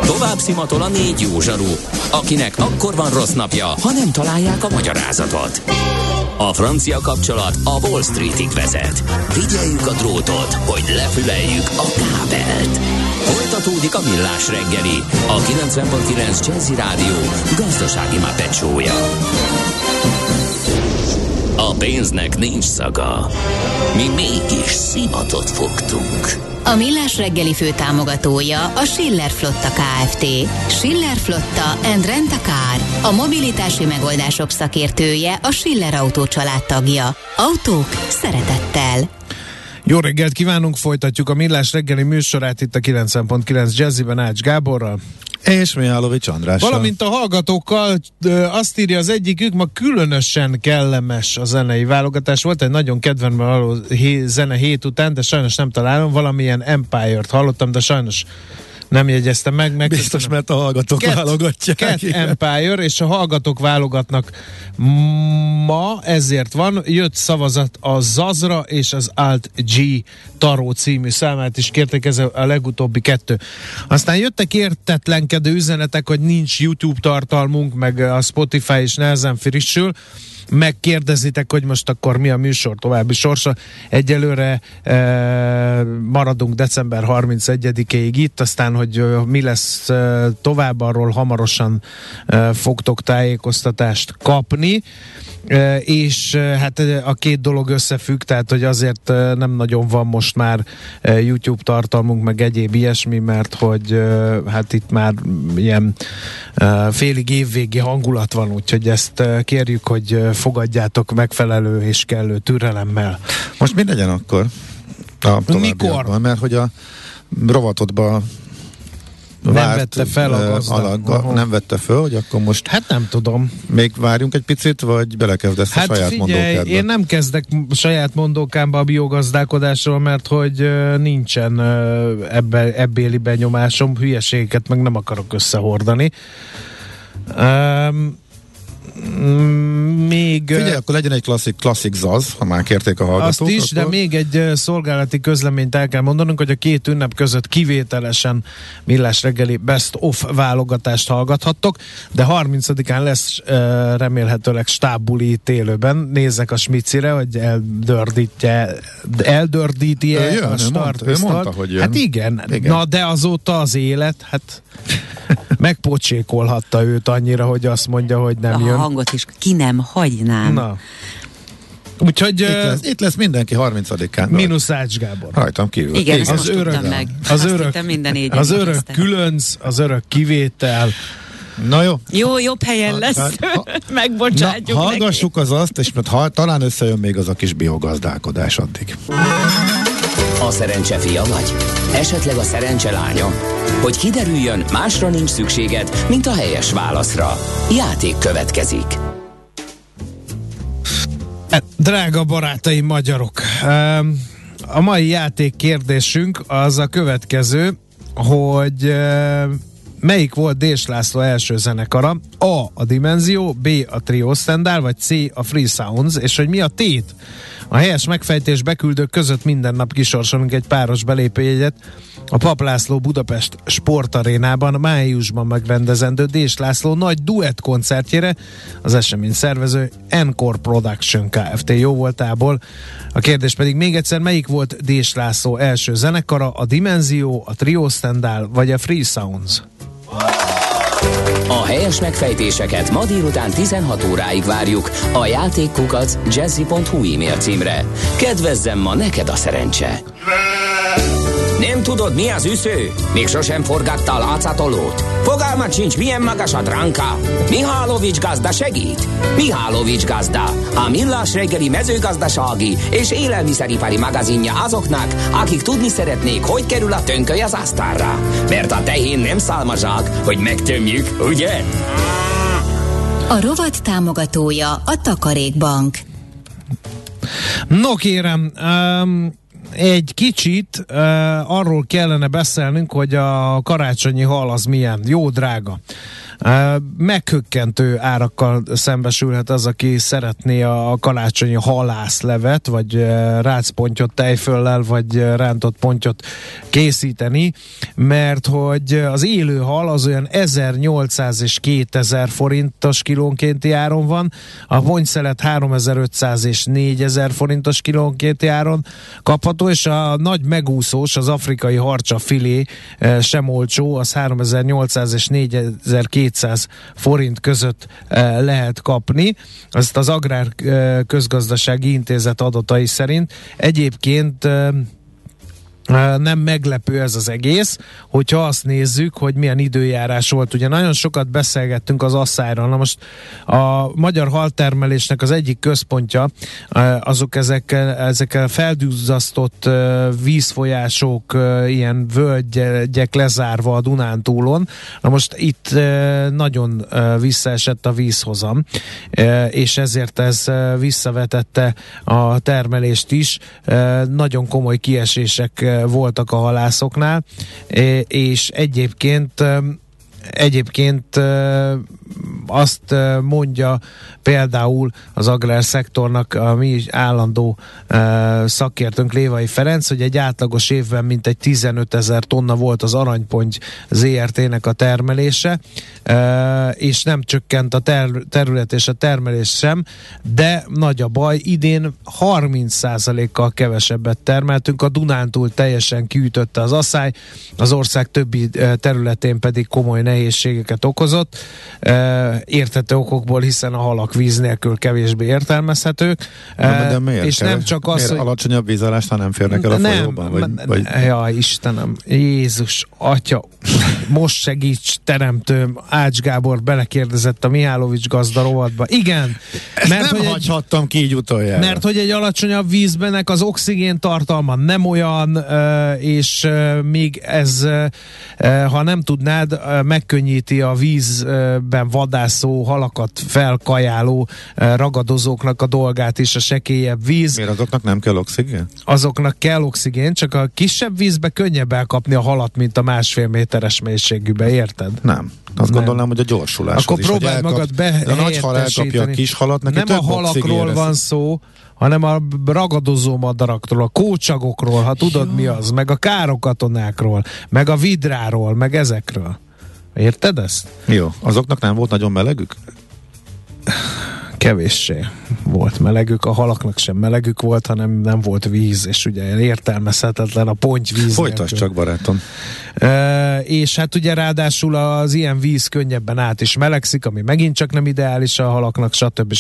Tovább szimatol a 4 jó zsaru, akinek akkor van rossz napja, ha nem találják a magyarázatot. A francia kapcsolat a Wall Streetig vezet. Figyeljük a drótot, hogy lefüleljük a kábelt. Folytatódik a Millás reggeli, a 90.9 Jazzy Rádió gazdasági mápecsója. A pénznek nincs szaga. Mi mégis szimatot fogtunk. A Millás reggeli főtámogatója a Schiller Flotta Kft. Schiller Flotta and Rent a Car. A mobilitási megoldások szakértője, a Schiller Autó család tagja. Autók szeretettel. Jó reggelt kívánunk, folytatjuk a Millás reggeli műsorát itt a 90.9 Jazzyben Ács Gáborral. És Mihálovics Andrással. Valamint a hallgatókkal, azt írja az egyikük, ma különösen kellemes a zenei válogatás. Volt egy nagyon kedvemben való zene hét után, de sajnos nem találom. Valamilyen Empire-t hallottam, de sajnos nem jegyeztem meg. Biztos, mert a hallgatók válogatják. Cat Empire, és a hallgatók válogatnak ma, ezért van. Jött szavazat a Zazra és az Alt G Tarot című számát is kérték, ez a legutóbbi 2. Aztán jöttek értetlenkedő üzenetek, hogy nincs YouTube tartalmunk, meg a Spotify is nehezen frissül. Megkérdezitek, hogy most akkor mi a műsor további sorsa. Egyelőre maradunk december 31-ig itt, aztán, hogy mi lesz tovább, arról hamarosan fogtok tájékoztatást kapni. És hát a két dolog összefügg, tehát hogy azért nem nagyon van most már YouTube tartalmunk, meg egyéb ilyesmi, mert hogy hát itt már ilyen félig évvégi hangulat van, úgyhogy ezt kérjük, hogy fogadjátok megfelelő és kellő türelemmel. Most mi legyen akkor? Mikor? Mert hogy a rovatodban nem vette fel a gazda. Nem vette föl, hogy akkor most... Hát nem tudom. Még várjunk egy picit, vagy belekezdesz a saját mondókádba? Én nem kezdek saját mondókámba a biogazdálkodásról, mert hogy nincsen ebbéli benyomásom, hülyeségeket meg nem akarok összehordani. Még... Figyelj, akkor legyen egy klasszik zaz, ha már kérték a hallgatók. Azt is, akkor... de még egy szolgálati közleményt el kell mondanunk, hogy a két ünnep között kivételesen Millás reggeli Best of válogatást hallgathattok, de 30-án lesz remélhetőleg stábbuli itt élőben. Nézzek a Smicire, hogy eldördíti-e a start. Mondta, hogy jön. Hát igen, na de azóta az élet, hát megpocsékolhatta őt annyira, hogy azt mondja, hogy nem jön. A hangot is ki nem hagynám. Na. Úgyhogy itt lesz mindenki 30-án. Mínusz Ács Gábor. Rajtam kívül. Igen, ezt most tudtam meg. Az örök különc, az örök kivétel. Na jó. Jobb helyen lesz. Megbocsátjuk neki. Hallgassuk az azt, és talán összejön még az a kis biogazdálkodás addig. A szerencse fia vagy? Esetleg a szerencse lánya? Hogy kiderüljön, másra nincs szükséged, mint a helyes válaszra. Játék következik. Drága barátaim magyarok, a mai játék kérdésünk az a következő, hogy melyik volt Dés László első zenekara? A Dimenzió, B a Trio Standard, vagy C a Free Sounds, és hogy mi a tét? A helyes megfejtés beküldők között minden nap kisorsolunk egy páros belépőjegyet a Pap László Budapest Sportarénában májusban megrendezendő Dés László nagy duett koncertjére. Az esemény szervező Encore Production Kft. Jó voltából. A kérdés pedig még egyszer, melyik volt Dés László első zenekara? A Dimenzió, a Trio Standard vagy a Free Sounds? A helyes megfejtéseket ma délután 16 óráig várjuk a játékkukac@jazzy.hu e-mail címre. Kedvezzem ma neked a szerencse! Nem tudod, mi az üsző? Még sosem forgatta a látszatolót? Fogalmat sincs, milyen magas a dránka? Mihálovics gazda segít? Mihálovics gazda, a Millás reggeli mezőgazdasági és élelmiszeripari magazinja azoknak, akik tudni szeretnék, hogy kerül a tönköly az asztalra. Mert a tehén nem szálmazsák, hogy megtömjük, ugye? A rovat támogatója a Takarékbank. No kérem, egy kicsit arról kellene beszélnünk, hogy a karácsonyi hal az milyen. Jó drága. Meghökkentő árakkal szembesülhet az, aki szeretné a karácsonyi halászlevet, vagy rácpontyot tejföllel, vagy rántott pontyot készíteni, mert hogy az élő hal az olyan 1800 és 2000 forintos kilónkénti áron van, a pontszelet 3500 és 4000 forintos kilónkénti áron kapható, és a nagy megúszós, az afrikai harcsa filé sem olcsó, az 3800 és 4200 forint között lehet kapni. Azt az Agrár Közgazdasági Intézet adatai szerint. Egyébként nem meglepő ez az egész, hogyha azt nézzük, hogy milyen időjárás volt. Ugye nagyon sokat beszélgettünk az asszályról. Na most a magyar haltermelésnek az egyik központja, azok ezekkel felduzzasztott vízfolyások, ilyen völgyek lezárva a Dunántúlon. Na most itt nagyon visszaesett a vízhozam, és ezért ez visszavetette a termelést is. Nagyon komoly kiesések voltak a halászoknál, és egyébként azt mondja például az agrárszektornak a mi állandó szakértőnk, Lévai Ferenc, hogy egy átlagos évben mintegy 15 000 tonna volt az Aranyponty ZRT-nek a termelése, és nem csökkent a terület és a termelés sem, de nagy a baj, idén 30%-kal kevesebbet termeltünk, a Dunántúl teljesen kiütötte az asszály, az ország többi területén pedig komoly nehézségeket okozott, érthető okokból, hiszen a halak víz nélkül kevésbé értelmezhetők. De miért? És nem csak az, hogy alacsonyabb vízállásnál nem férnek el a folyóban? Ja, Istenem, Jézus, Atya, most segíts, teremtőm, Ács Gábor belekérdezett a Mihálovics gazda rovatba. Igen. Ezt mert nem hagyhattam ki így utoljára. Mert hogy egy alacsonyabb vízbenek az oxigén tartalma nem olyan, és még ez, ha nem tudnád, megkönnyíti a vízben vadászó, halakat felkajáló ragadozóknak a dolgát is, a sekélyebb víz. Miért azoknak nem kell oxigén? Azoknak kell oxigén, csak a kisebb vízbe könnyebb elkapni a halat, mint a 1,5 méteres mélységűbe, érted? Nem. Azt gondolnám, hogy a gyorsulás. Akkor próbáld magad a nagy hal elkapja a kis halat, neki nem több a halakról van szó, hanem a ragadozó madarakról, a kócsagokról, ha tudod mi az, meg a károkatonákról, meg a vidráról, meg ezekről. Érted ezt? Jó. Azoknak nem volt nagyon melegük? Kevéssé volt melegük, a halaknak sem melegük volt, hanem nem volt víz, és ugye értelmezhetetlen a pontyvíz. Folytasd csak, barátom. És hát ugye ráadásul az ilyen víz könnyebben át is melegszik, ami megint csak nem ideális a halaknak, stb.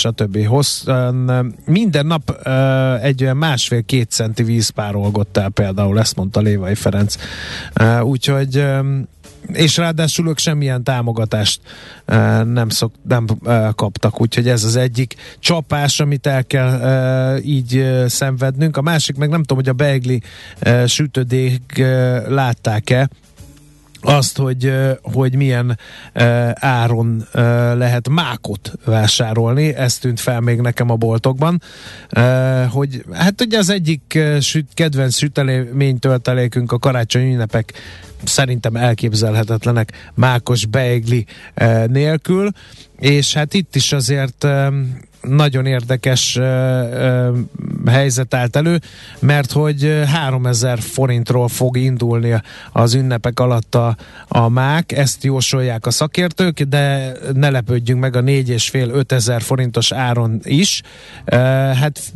Minden nap egy olyan 1,5-2 centi víz párolgott el például, ezt mondta Lévai Ferenc. Úgyhogy és ráadásul ők semmilyen támogatást nem kaptak, úgyhogy ez az egyik csapás, amit el kell így szenvednünk. A másik meg nem tudom, hogy a beigli sütődék látták-e azt, hogy milyen áron lehet mákot vásárolni, ez tűnt fel még nekem a boltokban, hogy hát ugye az egyik kedvenc süteménytöltelékünk a karácsonyi ünnepek szerintem elképzelhetetlenek mákos beigli nélkül, és hát itt is azért nagyon érdekes helyzet állt elő, mert hogy 3000 forintról fog indulni az ünnepek alatt a mák, ezt jósolják a szakértők, de ne lepődjünk meg a 4,5-5 ezer forintos áron is. Hát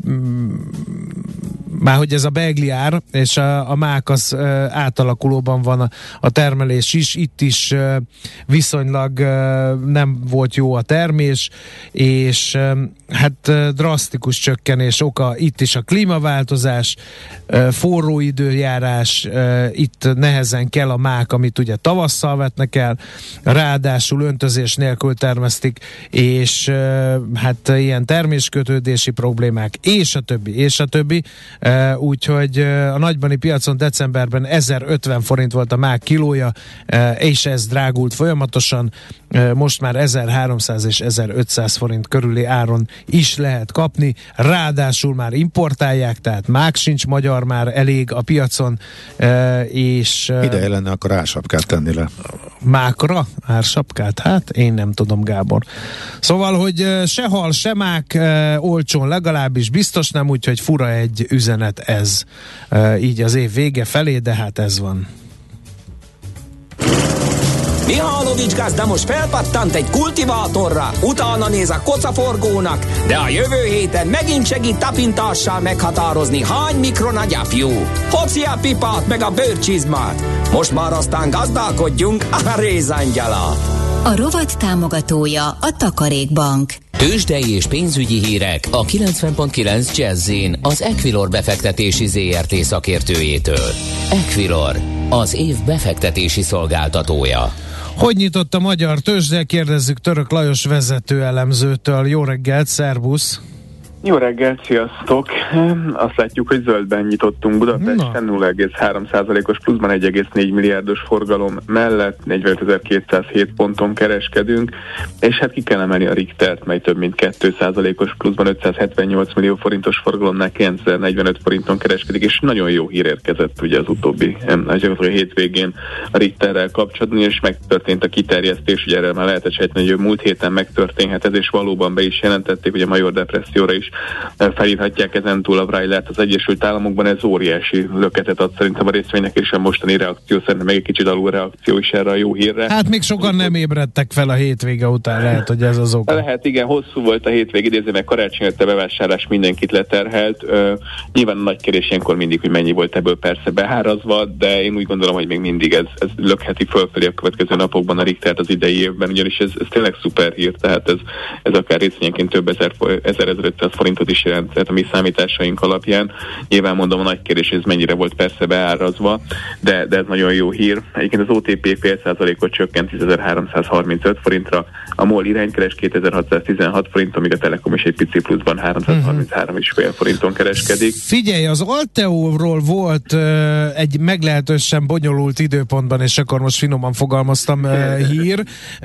már hogy ez a beigli ár, és a mák az átalakulóban van a termelés is, itt is viszonylag nem volt jó a termés, és hát drasztikus csökkenés oka itt is a klímaváltozás, forró időjárás, itt nehezen kell a mák, amit ugye tavasszal vetnek el, ráadásul öntözés nélkül termesztik, és hát ilyen terméskötődési problémák, és a többi. Úgyhogy a nagybani piacon decemberben 1050 forint volt a mák kilója, és ez drágult folyamatosan, most már 1300 és 1500 forint körüli áron piacon is lehet kapni, ráadásul már importálják, tehát mák sincs magyar, már elég a piacon, és... Ideje lenne akkor ársapkát tenni le. Mákra? Ársapkát? Hát én nem tudom, Gábor. Szóval, hogy se hal, se mák, olcsón legalábbis biztos nem, úgyhogy fura egy üzenet ez így az év vége felé, de hát ez van. Mihálovics gazda most felpattant egy kultivátorra, utána néz a kocaforgónak, de a jövő héten megint segít tapintással meghatározni, hány mikron a gyapjú. Hoci a pipát meg a bőrcsizmát. Most már aztán gazdálkodjunk a rézangyala. A rovat támogatója a Takarékbank. Tőzsdei és pénzügyi hírek a 90.9 Jazz-in az Equilor befektetési ZRT szakértőjétől. Equilor, az év befektetési szolgáltatója. Hogy nyitott a magyar tőzsde? Kérdezzük Török Lajos vezető elemzőtől. Jó reggelt, szervusz! Jó reggelt, sziasztok! Azt látjuk, hogy zöldben nyitottunk Budapesten, 0,3%-os pluszban 1,4 milliárdos forgalom mellett, 45.207 ponton kereskedünk, és hát ki kell emelni a Richtert, mely több mint 2%-os pluszban 578 millió forintos forgalomnál 945 forinton kereskedik, és nagyon jó hír érkezett ugye az utóbbi a hétvégén a Richterrel kapcsolatban, és megtörtént a kiterjesztés, ugye erről már lehetett sejteni, hogy múlt héten megtörténhet ez, és valóban be is jelentették, hogy a major depresszióra is felírhatják ezentúl a Braillert az Egyesült Államokban. Ez óriási löketet ad szerintem a részvénynek, és a mostani reakció szerintem meg egy kicsit alul reakció is erre a jó hírre. Hát még sokan nem ébredtek fel a hétvége után, lehet, hogy ez az oka. Lehet, igen, hosszú volt a hétvég, idéző meg karácsony előtt a bevásárlás mindenkit leterhelt. Nyilván a nagy kérdés ilyenkor mindig, hogy mennyi volt ebből persze behárazva, de én úgy gondolom, hogy még mindig ez lökheti fölfelé a következő napokban a Richtert az idei évben, ugyanis ez tényleg szuper hír, tehát ez akár részvényenként több 1500 forintot is jelent, tehát a mi számításaink alapján. Nyilván mondom, a nagy kérdés, ez mennyire volt persze beárazva, de ez nagyon jó hír. Egyébként az OTP fél százalékot csökkent 10.335 forintra, a MOL iránykeres 2616 forinton, míg a Telekom is egy pici pluszban 333,5 forinton kereskedik. Figyelj, az Alteóról volt egy meglehetősen bonyolult időpontban, és akkor most finoman fogalmaztam hír.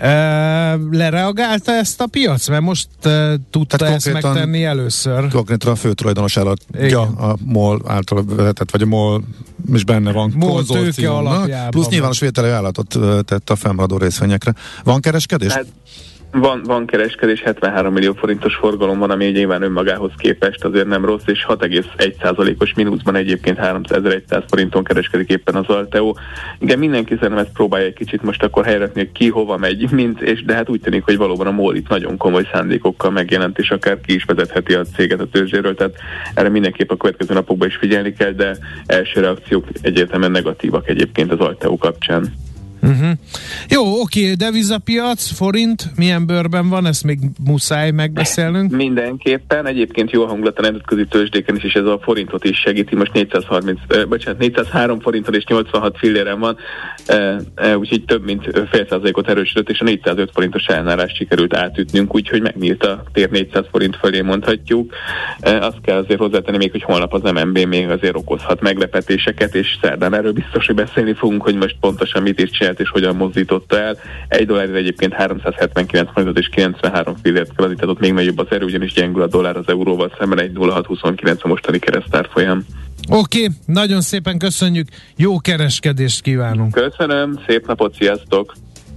Lereagálta ezt a piac? Mert most tudta ezt megtenni először. Konkrétan a főtulajdonos állatja a MOL által vezetett, vagy a MOL is benne van konzorciumnak. Plusz nyilvános vételi állatot tett a fennmaradó részvényekre. Van kereskedés? Hát, van kereskedés, 73 millió forintos forgalom van, ami nyilván önmagához képest azért nem rossz, és 6,1%-os mínuszban egyébként 300.100 forinton kereskedik éppen az Alteo. Igen, mindenki szerintem ezt próbálja egy kicsit most akkor helyrerakni, hogy ki hova megy, de hát úgy tűnik, hogy valóban a MOL itt nagyon komoly szándékokkal megjelent, és akár ki is vezetheti a céget a tőzsdéről, tehát erre mindenképp a következő napokban is figyelni kell, de első reakciók egyértelműen negatívak egyébként az Alteo kapcsán. Jó, oké, devizapiac, forint, milyen bőrben van, ezt még muszáj megbeszélnünk? Mindenképpen, egyébként jó hangulat a nemzetközi tőzsdéken is, és ez a forintot is segíti, most 403 forinton és 86 filléren van, úgyhogy több mint fél százalékot erősödött, és a 405 forintos ellenállást sikerült átütnünk, úgyhogy megnyílt a tér 400 forint fölé, mondhatjuk. Azt kell azért hozzátenni még, hogy holnap az MNB még azért okozhat meglepetéseket, és szerdán erről biztos, hogy beszélni fogunk, hogy most pontosan mit is csinált és hogyan mozdította el. Egy dollárért egyébként 379 forintot és 93 fillért kell adni, tehát ott még nagyobb az erő, ugyanis gyengül a dollár az euróval szemben, 1,0629 a mostani keresztárfolyam. Oké, nagyon szépen köszönjük, jó kereskedést kívánunk. Köszönöm, szép napot, sziasztok!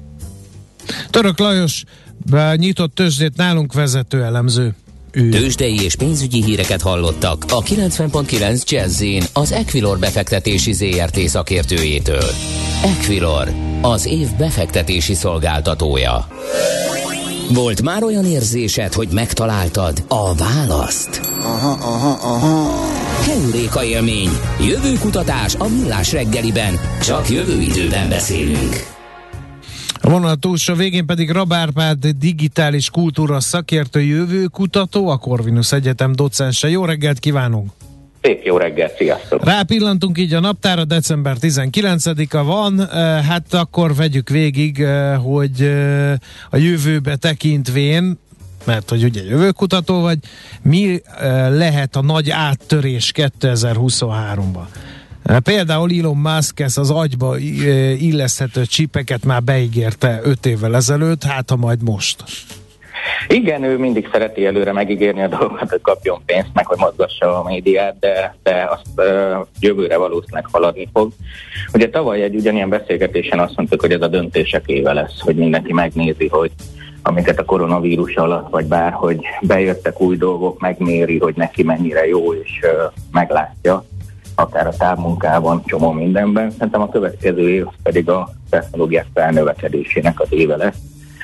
Török Lajos nyitott tőzsdét nálunk, vezető elemző. Tőzsdei és pénzügyi híreket hallottak a 90.9 Jazz-in az Equilor befektetési ZRT szakértőjétől. Equilor, az év befektetési szolgáltatója. Volt már olyan érzésed, hogy megtaláltad a választ? Aha. Heuréka élmény, jövőkutatás a Millás reggeliben, csak jövő időben beszélünk. A vonal túlsó végén pedig Rabárpád digitális kultúra szakértő, jövőkutató, a Corvinus Egyetem docense. Jó reggelt kívánunk! Szép jó reggelt, sziasztok! Rápillantunk így a naptára, december 19-a van, hát akkor vegyük végig, hogy a jövőbe tekintvén, mert hogy ugye jövőkutató vagy, mi lehet a nagy áttörés 2023-ban? Például Elon Musk ezt az agyba illeszthető csipeket már beígérte 5 évvel ezelőtt, hát ha majd most. Igen, ő mindig szereti előre megígérni a dolgokat, hogy kapjon pénzt, meg hogy mozgassa a médiát, de azt jövőre valószínűleg haladni fog. Ugye tavaly egy ugyanilyen beszélgetésen azt mondtuk, hogy ez a döntések éve lesz, hogy mindenki megnézi, hogy amiket a koronavírus alatt, vagy bárhogy bejöttek új dolgok, megméri, hogy neki mennyire jó, és meglátja, akár a távmunkában, csomó mindenben. Szerintem a következő év pedig a technológiák felnövekedésének az éve lesz.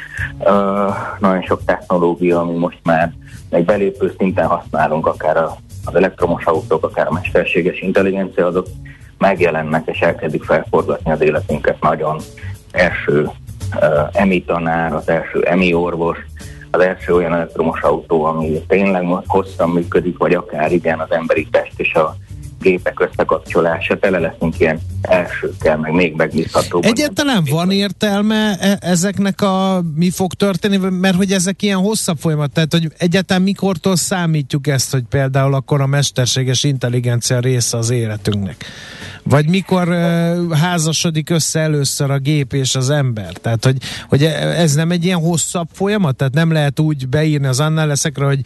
Nagyon sok technológia, ami most már egy belépő szinten használunk, akár az elektromos autók, akár a mesterséges intelligencia, azok megjelennek és elkezdik felforgatni az életünket nagyon. Első EMI tanár, az első EMI orvos, az első olyan elektromos autó, ami tényleg hosszan működik, vagy akár igen az emberi test és a gépek összekapcsolása, tele leszünk ilyen elsőkkel, meg még megbízhatóban. Egyáltalán van értelme ezeknek mi fog történni, mert hogy ezek ilyen hosszabb folyamat, tehát hogy egyáltalán mikortól számítjuk ezt, hogy például akkor a mesterséges intelligencia része az életünknek? Vagy mikor házasodik össze először a gép és az ember? Tehát, hogy ez nem egy ilyen hosszabb folyamat? Tehát nem lehet úgy beírni az annáleszekre, hogy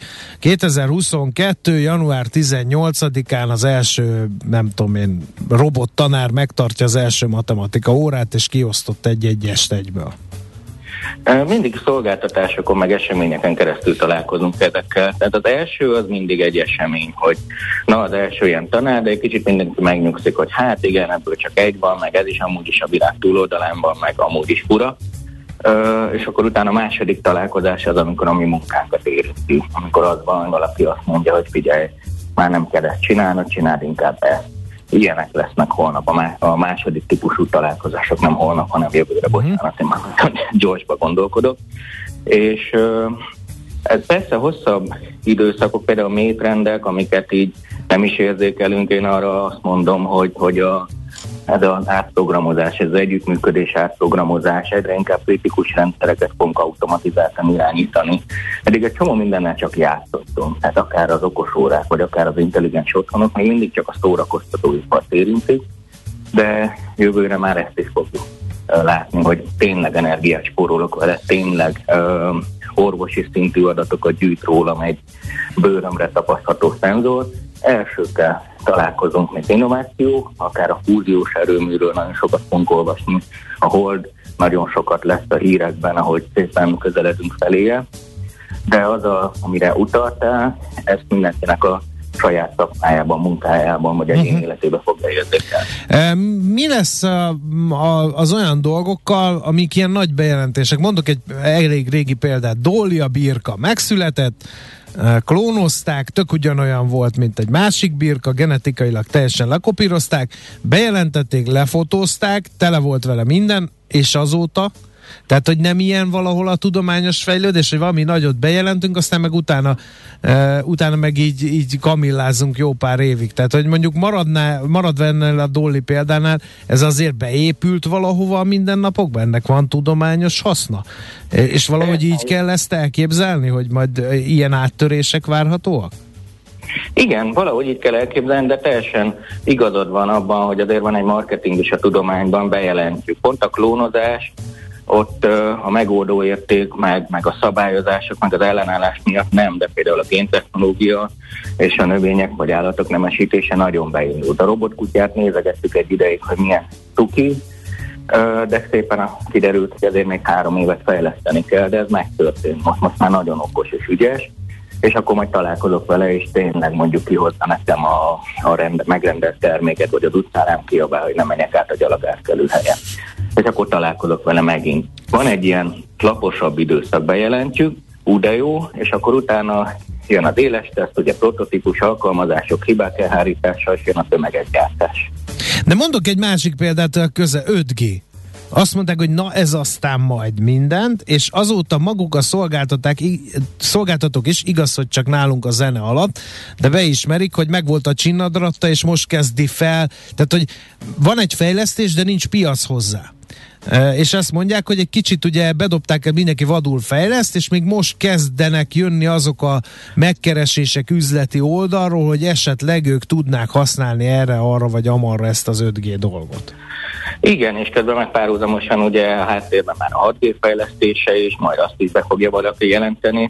2022. január 18-án az első, nem tudom én, robot tanár megtartja az első matematika órát, és kiosztott egy est egyből. Mindig szolgáltatásokon, meg eseményeken keresztül találkozunk ezekkel. Tehát az első az mindig egy esemény, hogy na az első ilyen tanár, de egy kicsit mindenki megnyugszik, hogy hát igen, ebből csak egy van, meg ez is amúgy is a világ túloldalán van, meg amúgy is fura. És akkor utána a második találkozás az, amikor a mi munkánkat érinti. Amikor az van, valaki azt mondja, hogy figyelj, már nem kell ezt csinálnod, csináld inkább ezt. Ilyenek lesznek holnap a második típusú találkozások, nem holnap, hanem jövőre, bocsánat, én már gyorsba gondolkodok. És ez persze hosszabb időszakok, például méretrendek, amiket így nem is érzékelünk, én arra azt mondom, hogy ez az átprogramozás, ez az együttműködés átprogramozás, egyre inkább kritikus rendszereket fogunk automatizáltan irányítani. Eddig egy csomó mindennel csak játszottunk, tehát akár az okosórák, vagy akár az intelligens otthonok, még mindig csak a szórakoztatóipart érintik, de jövőre már ezt is fogjuk látni, hogy tényleg energiát spórolok vele, tényleg orvosi szintű adatokat gyűjt rólam egy bőrömre tapasztható szenzor. Elsőkkel találkozunk még innováció, akár a fúziós erőműről nagyon sokat fogunk olvasni, a Hold nagyon sokat lesz a hírekben, ahogy szépen közeledünk feléje, de az, amire utaltál, ezt mindenkinek a saját szakmájában, munkájában, vagy egyén életében fogja érzékelni. Mi lesz az olyan dolgokkal, amik ilyen nagy bejelentések? Mondok egy elég régi példát. Dólia birka megszületett, klónozták, tök ugyanolyan volt, mint egy másik birka, genetikailag teljesen lekopírozták, bejelentették, lefotózták, tele volt vele minden, és azóta, tehát, hogy nem ilyen valahol a tudományos fejlődés, hogy valami nagyot bejelentünk, aztán meg utána meg így kamillázunk jó pár évig. Tehát, hogy mondjuk maradva ennél a Dolly példánál, ez azért beépült valahova a mindennapokban, ennek van tudományos haszna. És valahogy így kell ezt elképzelni, hogy majd ilyen áttörések várhatóak? Igen, valahogy így kell elképzelni, de teljesen igazad van abban, hogy azért van egy marketing is a tudományban, bejelentjük. Pont a klónozás, ott a megoldó érték, meg a szabályozások, meg az ellenállás miatt nem, de például a géntechnológia és a növények vagy állatok nemesítése nagyon beindult. A robotkutyát nézegettük egy ideig, hogy milyen tuki, de szépen kiderült, hogy azért még 3 évet fejleszteni kell, de ez megtörtént. Most már nagyon okos és ügyes, és akkor majd találkozok vele, és tényleg mondjuk kihozza nekem a megrendelt terméket, vagy az utcán kiabál, hogy nem menjek át a gyalogátkelő helyen. És akkor találkozok vele megint. Van egy ilyen laposabb időszak, bejelentjük, de jó, és akkor utána jön az éles teszt, ugye prototípus alkalmazások, hibák elhárítása, és jön a tömegegyártás. De mondok egy másik példát, a 5G. Azt mondták, hogy na ez aztán majd mindent, és azóta maguk a szolgáltatók is, igaz, hogy csak nálunk a zene alatt, de beismerik, hogy megvolt a csinnadratta, és most kezdi fel. Tehát, hogy van egy fejlesztés, de nincs piac hozzá. És azt mondják, hogy egy kicsit ugye bedobták el, mindenki vadul fejleszt, és még most kezdenek jönni azok a megkeresések üzleti oldalról, hogy esetleg ők tudnák használni erre, arra vagy amarra ezt az 5G dolgot. Igen, és közben meg párhuzamosan ugye a háttérben már a 6G fejlesztése is, majd azt is be fogja valaki jelenteni.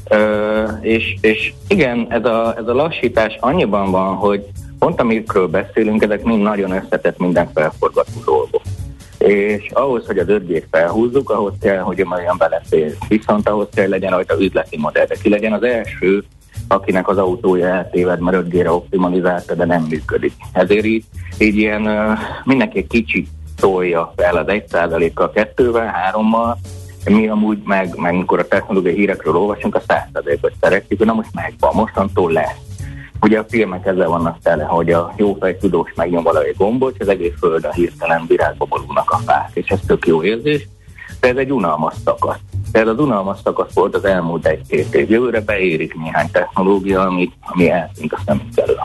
És igen, ez a lassítás annyiban van, hogy pont amikről beszélünk, ezek mind nagyon összetett, minden felforgató dolgok. És ahhoz, hogy az 5G-t felhúzzuk, ahhoz kell, hogy olyan belefér. Viszont ahhoz kell, legyen rajta üzleti modell, de ki legyen az első, akinek az autója eltéved, mert 5G-re optimalizálta, de nem működik. Ezért így ilyen mindenki kicsit tolja fel az 1%-kal, 2-vel, 3-mal, mi amúgy meg amikor a technológiai hírekről olvasunk, a 100%-ot szeretjük, na most megvan, mostantól lesz. Ugye a filmek ezzel vannak tele, hogy a jófej tudós megnyom valami gombot, és az egész földön hirtelen virágba borulnak a fák, és ez tök jó érzés, de ez egy unalmas szakasz. Ez az unalmas szakasz volt az elmúlt 1-2 év. Jövőre beérik néhány technológia, ami eltűnt a szemünk elől.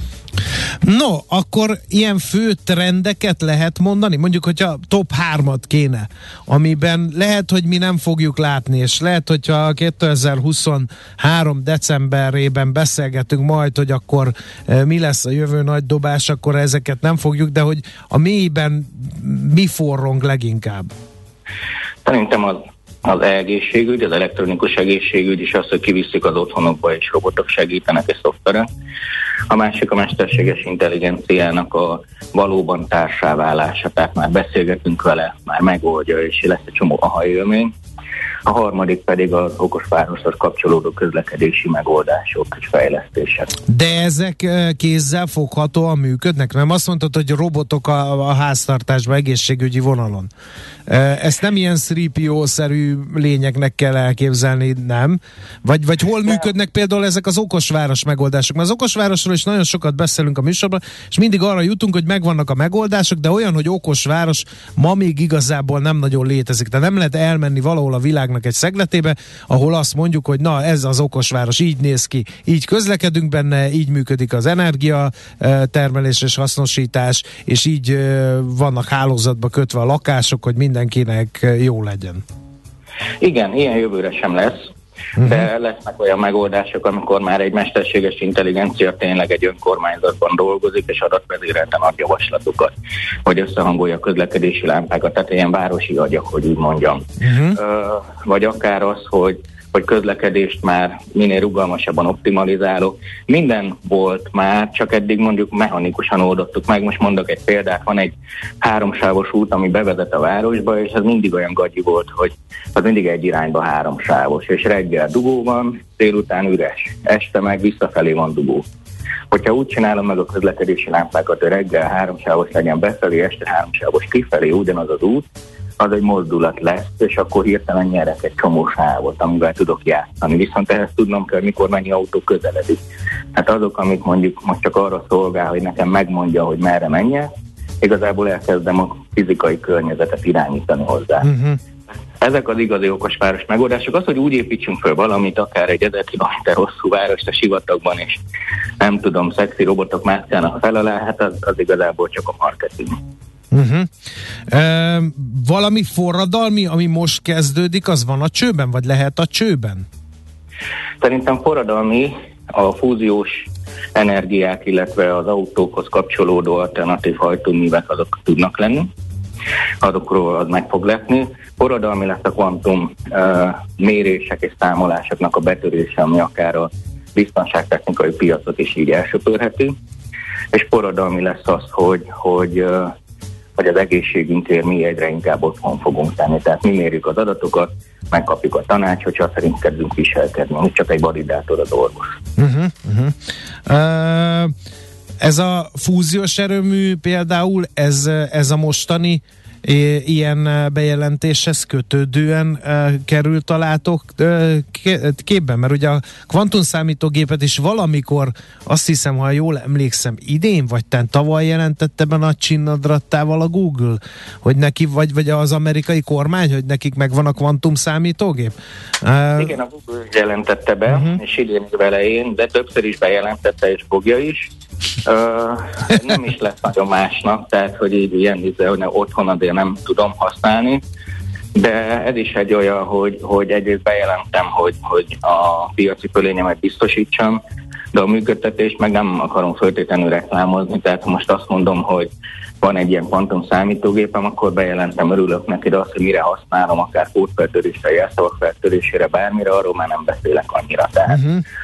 No, akkor ilyen fő trendeket lehet mondani? Mondjuk, hogyha top 3-at kéne, amiben lehet, hogy mi nem fogjuk látni, és lehet, hogyha 2023 decemberében beszélgetünk majd, hogy akkor mi lesz a jövő nagy dobás, akkor ezeket nem fogjuk, de hogy a mélyben mi forrong leginkább? Szerintem az egészségügy, az elektronikus egészségügy is az, hogy kivisszük az otthonokba, és robotok segítenek és szoftverek. A másik a mesterséges intelligenciának a valóban társá válása, tehát már beszélgetünk vele, már megoldja, és lesz egy csomó aha-élmény. A harmadik pedig az okosvároshoz kapcsolódó közlekedési megoldások és fejlesztések. De ezek kézzel foghatóan működnek? Nem azt mondtad, hogy robotok a háztartásban, egészségügyi vonalon. Ezt nem ilyen 3PO-szerű lényeknek kell elképzelni, nem? Vagy hol működnek például ezek az okosváros megoldások? Mert az okosvárosról is nagyon sokat beszélünk a műsorban, és mindig arra jutunk, hogy megvannak a megoldások, de olyan, hogy okosváros ma még igazából nem nagyon létezik. De nem lehet elmenni valahol a világnak egy szegletébe, ahol azt mondjuk, hogy na, ez az okosváros így néz ki, így közlekedünk benne, így működik az energia termelés és hasznosítás, és így vannak hálózatba kötve a lakások, hogy mindenkinek jó legyen. Igen, ilyen jövőre sem lesz, de lesznek olyan megoldások, amikor már egy mesterséges intelligencia tényleg egy önkormányzatban dolgozik, és adatvezérelten ad javaslatokat, hogy összehangolja a közlekedési lámpákat, tehát ilyen városi agyak, hogy úgy mondjam. Vagy akár az, hogy közlekedést már minél rugalmasabban optimalizálok. Minden volt már, csak eddig mondjuk mechanikusan oldottuk meg. Most mondok egy példát, van egy 3-sávos út, ami bevezet a városba, és ez mindig olyan gagyi volt, hogy az mindig egy irányba 3-sávos, és reggel dugó van, délután üres, este meg visszafelé van dugó. Hogyha úgy csinálom meg a közlekedési lámpákat, hogy reggel 3-sávos legyen befelé, este 3-sávos kifelé, ugyanaz az út, az egy mozdulat lesz, és akkor hirtelen nyerek egy csomó sávot, amivel tudok játszani. Viszont ehhez tudnom kell, mikor mennyi autó közeledik. Hát azok, amik mondjuk most csak arra szolgál, hogy nekem megmondja, hogy merre menjek, igazából elkezdem a fizikai környezetet irányítani hozzá. Ezek az igazi okosváros megoldások. Az, hogy úgy építsünk föl valamit, akár egy 1000 kilométer hosszú várost a sivatagban, és nem tudom, szexi robotok mászkálnak fel alá, hát az igazából csak a marketing. Valami forradalmi, ami most kezdődik, az van a csőben, vagy lehet a csőben? Szerintem forradalmi a fúziós energiák, illetve az autókhoz kapcsolódó alternatív hajtóművek, azok tudnak lenni. Azokról az meg fog letni. Forradalmi lesz a kvantum mérések és számolásoknak a betörése, ami akár a biztonságtechnikai piacot is így elsöpörheti. És forradalmi lesz az, hogy az egészségünkért mi egyre inkább otthon fogunk tenni. Tehát mi mérjük az adatokat, megkapjuk a tanács, hogyha szerint kezdünk viselkedni. Most csak egy validátor az orvos. Ez a fúziós erőmű például, ez a mostani ilyen bejelentéshez kötődően került a látók képben, mert ugye a kvantumszámítógépet is valamikor, azt hiszem, ha jól emlékszem, idén vagy tavaly jelentette be nagy csinnadrattával a Google, hogy neki, vagy az amerikai kormány, hogy nekik megvan a kvantumszámítógép? Igen, a Google jelentette be, és idén év elején, de többször is bejelentette, és fogja is. Nem is lesz nagyon másnak, tehát hogy így ilyen hogy otthon azért nem tudom használni, de ez is egy olyan, hogy egyrészt bejelentem, hogy a piaci fölényemet biztosítsam, de a működtetést meg nem akarom feltétlenül reklámozni, tehát ha most azt mondom, hogy van egy ilyen kvantum számítógépem, akkor bejelentem, örülök neki, de azt, hogy mire használom, akár kódfeltörésre, jelszavak feltörésére, bármire, arról már nem beszélek annyira. Tehát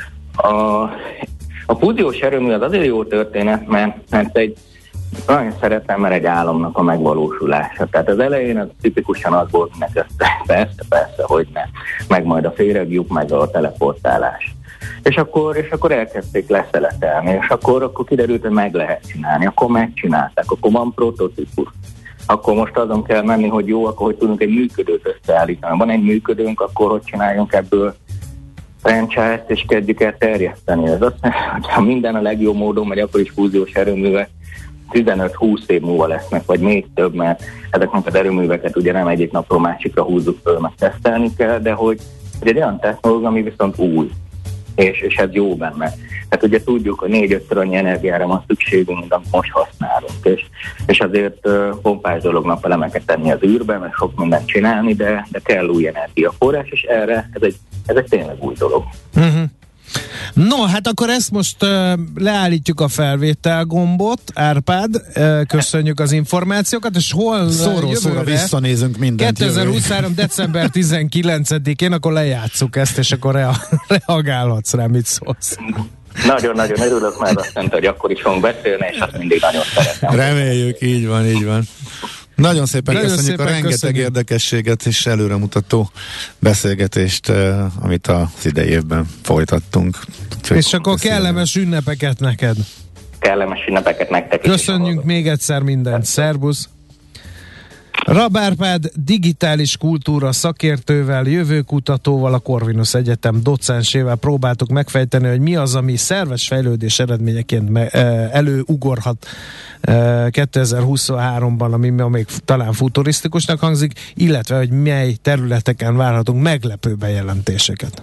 a fúziós erőmű az azért jó történet, mert egy nagyon szeretem, mert egy álomnak a megvalósulása. Tehát az elején az tipikusan az volt, hogy persze, hogy ne. Meg majd a féregjuk, meg a teleportálás. És akkor elkezdték leszeletelni, és akkor kiderült, hogy meg lehet csinálni. Akkor megcsinálták, akkor van prototípus. Akkor most azon kell menni, hogy jó, akkor hogy tudunk egy működőt összeállítani. Van egy működőnk, akkor hogy csináljunk ebből franchise-t, és kezdjük el terjeszteni. Ez azt mondja, hogy ha minden a legjobb módon megy, akkor is fúziós erőművek 15-20 év múlva lesznek, vagy még több, mert ezeknek az erőműveket ugye nem egyik napról másikra húzzuk föl, meg tesztelni kell, de hogy egy olyan technológia, ami viszont új, és ez jó benne. Tehát ugye tudjuk, hogy 4-5-ször annyi energiára van szükségünk, mint amit most használunk, és azért pompás dolog napelemeket tenni az űrbe, meg sok mindent csinálni, de kell új energiaforrás, és erre ez egy tényleg új dolog. Uh-huh. No, hát akkor ezt most leállítjuk a felvétel gombot, Árpád, köszönjük az információkat, és hol szóra visszanézünk mindent. 2023. december 19-én, akkor lejátsszuk ezt, és akkor reagálhatsz rá, mit szólsz. Nagyon-nagyon örülök, mert azt mondta, hogy akkor is fogunk beszélni, és azt mindig nagyon szeretem. Reméljük, így van. Nagyon szépen köszönjük a rengeteg érdekességet és előremutató beszélgetést, amit az idei évben folytattunk. És akkor kellemes ünnepeket neked. Kellemes ünnepeket nektek. Köszönjük még egyszer mindent. Szerbusz! Rab Árpád digitális kultúra szakértővel, jövőkutatóval, a Corvinus Egyetem docensével próbáltuk megfejteni, hogy mi az, ami szerves fejlődés eredményeként előugorhat 2023-ban, ami még talán futurisztikusnak hangzik, illetve, hogy mely területeken várhatunk meglepő bejelentéseket.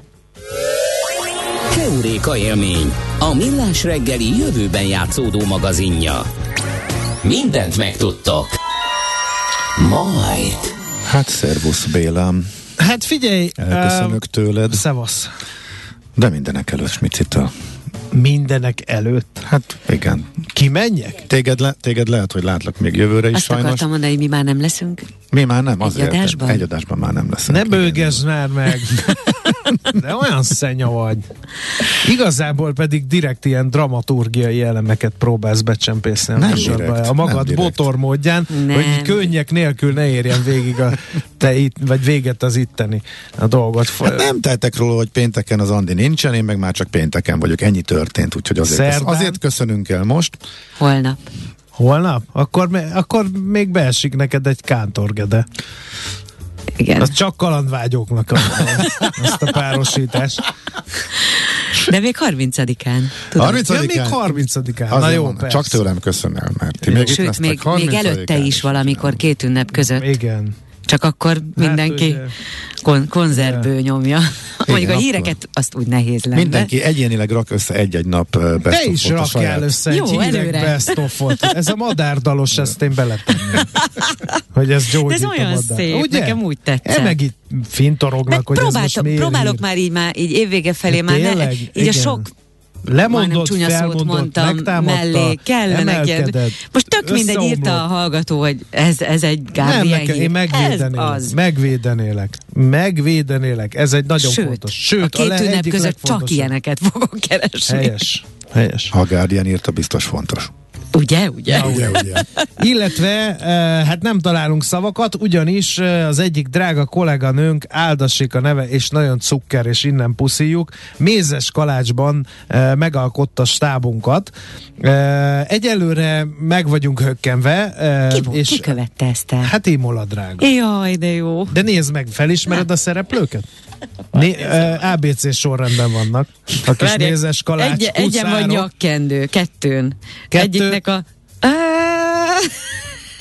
Heuréka élmény, a Millás reggeli jövőben játszódó magazinja. Mindent megtudtok. Majd. Hát szervusz Bélám. Hát figyelj. Elköszönök tőled. Szevasz. De mindenek előtt Smicitől. Mindenek előtt? Hát igen. Kimenjek? Téged lehet, hogy látlak még jövőre is. Azt sajnos. akartam mondani, hogy mi már nem leszünk. Mi már nem, azért. Egy adásban már nem leszünk. Ne bőgesd már meg. De olyan szenya vagy. Igazából pedig direkt ilyen dramaturgiai elemeket próbálsz becsempészni a magad botormódján, hogy könnyek nélkül ne érjen végig vagy véget az itteni a dolgot. Hát nem tehetek róla, hogy pénteken az Andi nincsen, én meg már csak pénteken vagyok. Ennyi történt, úgyhogy azért köszönünk el most. Holnap? Akkor még beesik neked egy kántorgede. Igen. Az csak kalandvágyóknak azt a párosítást. De még 30-án. 30-án? Még 30-án. Na jó, persze. Csak tőlem köszön el, mert sőt, még előtte is valamikor 2 ünnep között. Igen. Csak akkor mindenki konzervből nyomja. Mondjuk a híreket azt úgy nehéz lenne. Mindenki egyénileg rak össze egy-egy nap best-of-ot. Te is rakjál össze egy hírek best-of-ot. Ez a madárdalos, ezt én beletenném. Hogy ez gyógyít a madár. Ez olyan szép, ugye? Nekem úgy tetszett. Meg itt fintorognak, hogy ez most miért próbálok már így évvége felé, már ne, így a sok lemondott, csúnya szót mondtam mellé, kellene ilyen. Most tök mindegy, írta a hallgató, hogy ez egy Guardian hír. Én megvédenélek. Ez egy nagyon fontos. Sőt, a 2 ünnep között csak ilyeneket fogok keresni. Helyes. Ha a Guardian írta, biztos fontos. Ugye? Illetve, hát nem találunk szavakat, ugyanis az egyik drága kolléganőnk, áldassék a neve, és nagyon cukker, és innen puszíjuk, Mézes Kalácsban megalkotta stábunkat. Egyelőre meg vagyunk hökkenve. Ki követte ezt el? Hát Imola drága. Jaj, de jó. De nézd meg, felismered a szereplőket? ABC sorrendben vannak. A kis Mézes Kalács. Egyen van nyakkendő, 2. Egyiknek a...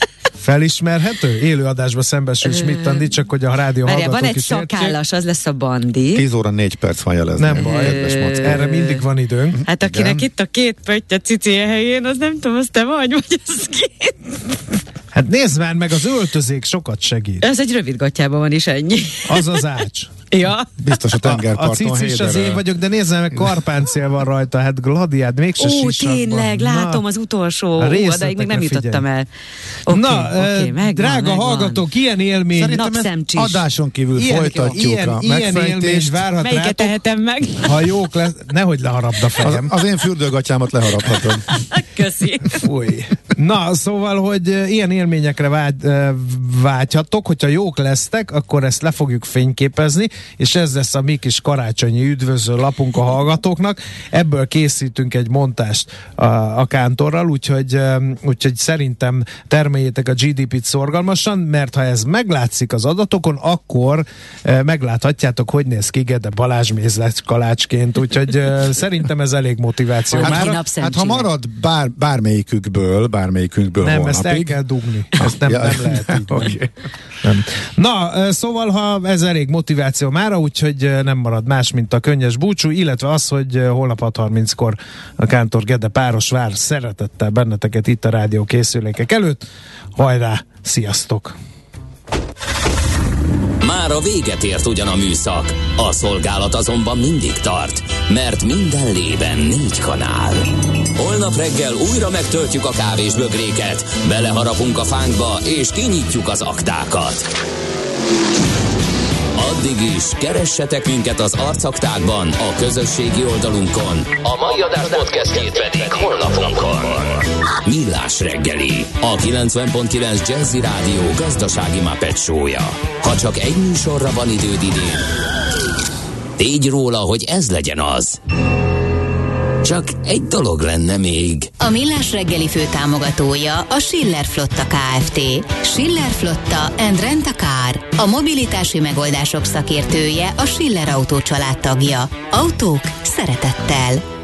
Felismerhető? Élőadásban szembesül Schmidt Andi, csak hogy a rádió hallgatók van egy is szakállas, az lesz a Bandi. 10 óra 4 perc van jelezni. Nem baj, erre mindig van időnk. Hát akinek itt a 2 pötty a cicie helyén, az nem tudom, az te vagy az két. Hát nézd már meg, az öltözék sokat segít. Ez egy rövid gatyában van is, ennyi. Az az ács. Ja. Biztos a tengerparton. A cicis az én vagyok, de nézd meg, karpáncél van rajta, hát gladiát, mégse sisakban. Tényleg, látom az utolsó, odaig még nem jutottam el. Drága hallgatók, ilyen élmény. Szerintem adáson kívül folytatjuk a megfejtést. Melyiket tehetem meg? Ha jók lesz, nehogy leharapd a fejem. Az én fürdőgatyámat leharaphatod. Köszi. Fúj. Na, szóval, hogy ilyen élményekre vágyhattok, hogyha jók lesztek, akkor ezt le fogjuk fényképezni, és ez lesz a mi kis karácsonyi üdvözlő lapunk a hallgatóknak. Ebből készítünk egy montást a Kántorral, úgyhogy szerintem termeljétek a GDP-t szorgalmasan, mert ha ez meglátszik az adatokon, akkor megláthatjátok, hogy néz ki Gede Balázs mézlet kalácsként, úgyhogy szerintem ez elég motiváció. Hát ha marad bármelyikünkből nem, holnapig. Ezt el kell dugni. Ezt nem lehet így. Okay. Nem. Na, szóval ha ez elég motiváció mára, úgyhogy nem marad más, mint a könnyes búcsú, illetve az, hogy holnap 6:30-kor a Kántor Gede páros vár szeretettel benneteket itt a rádió készülékek előtt. Hajrá, sziasztok! Már a véget ért ugyan a műszak, a szolgálat azonban mindig tart, mert minden lében 4 kanál. Holnap reggel újra megtöltjük a kávésbögréket, beleharapunk a fánkba és kinyitjuk az aktákat. Addig is keressetek minket az arcaktákban, a közösségi oldalunkon. A mai adás podcastjét pedig honlapunkon. Millás reggeli, a 90.9 Jazzy Rádió gazdasági Muppet show-ja. Ha csak egy műsorra van időd idén, tégy róla, hogy ez legyen az. Csak egy dolog lenne még. A Millás reggeli főtámogatója a Schiller Flotta Kft. Schiller Flotta and Rent a Car. A mobilitási megoldások szakértője, a Schiller Autó család tagja. Autók szeretettel.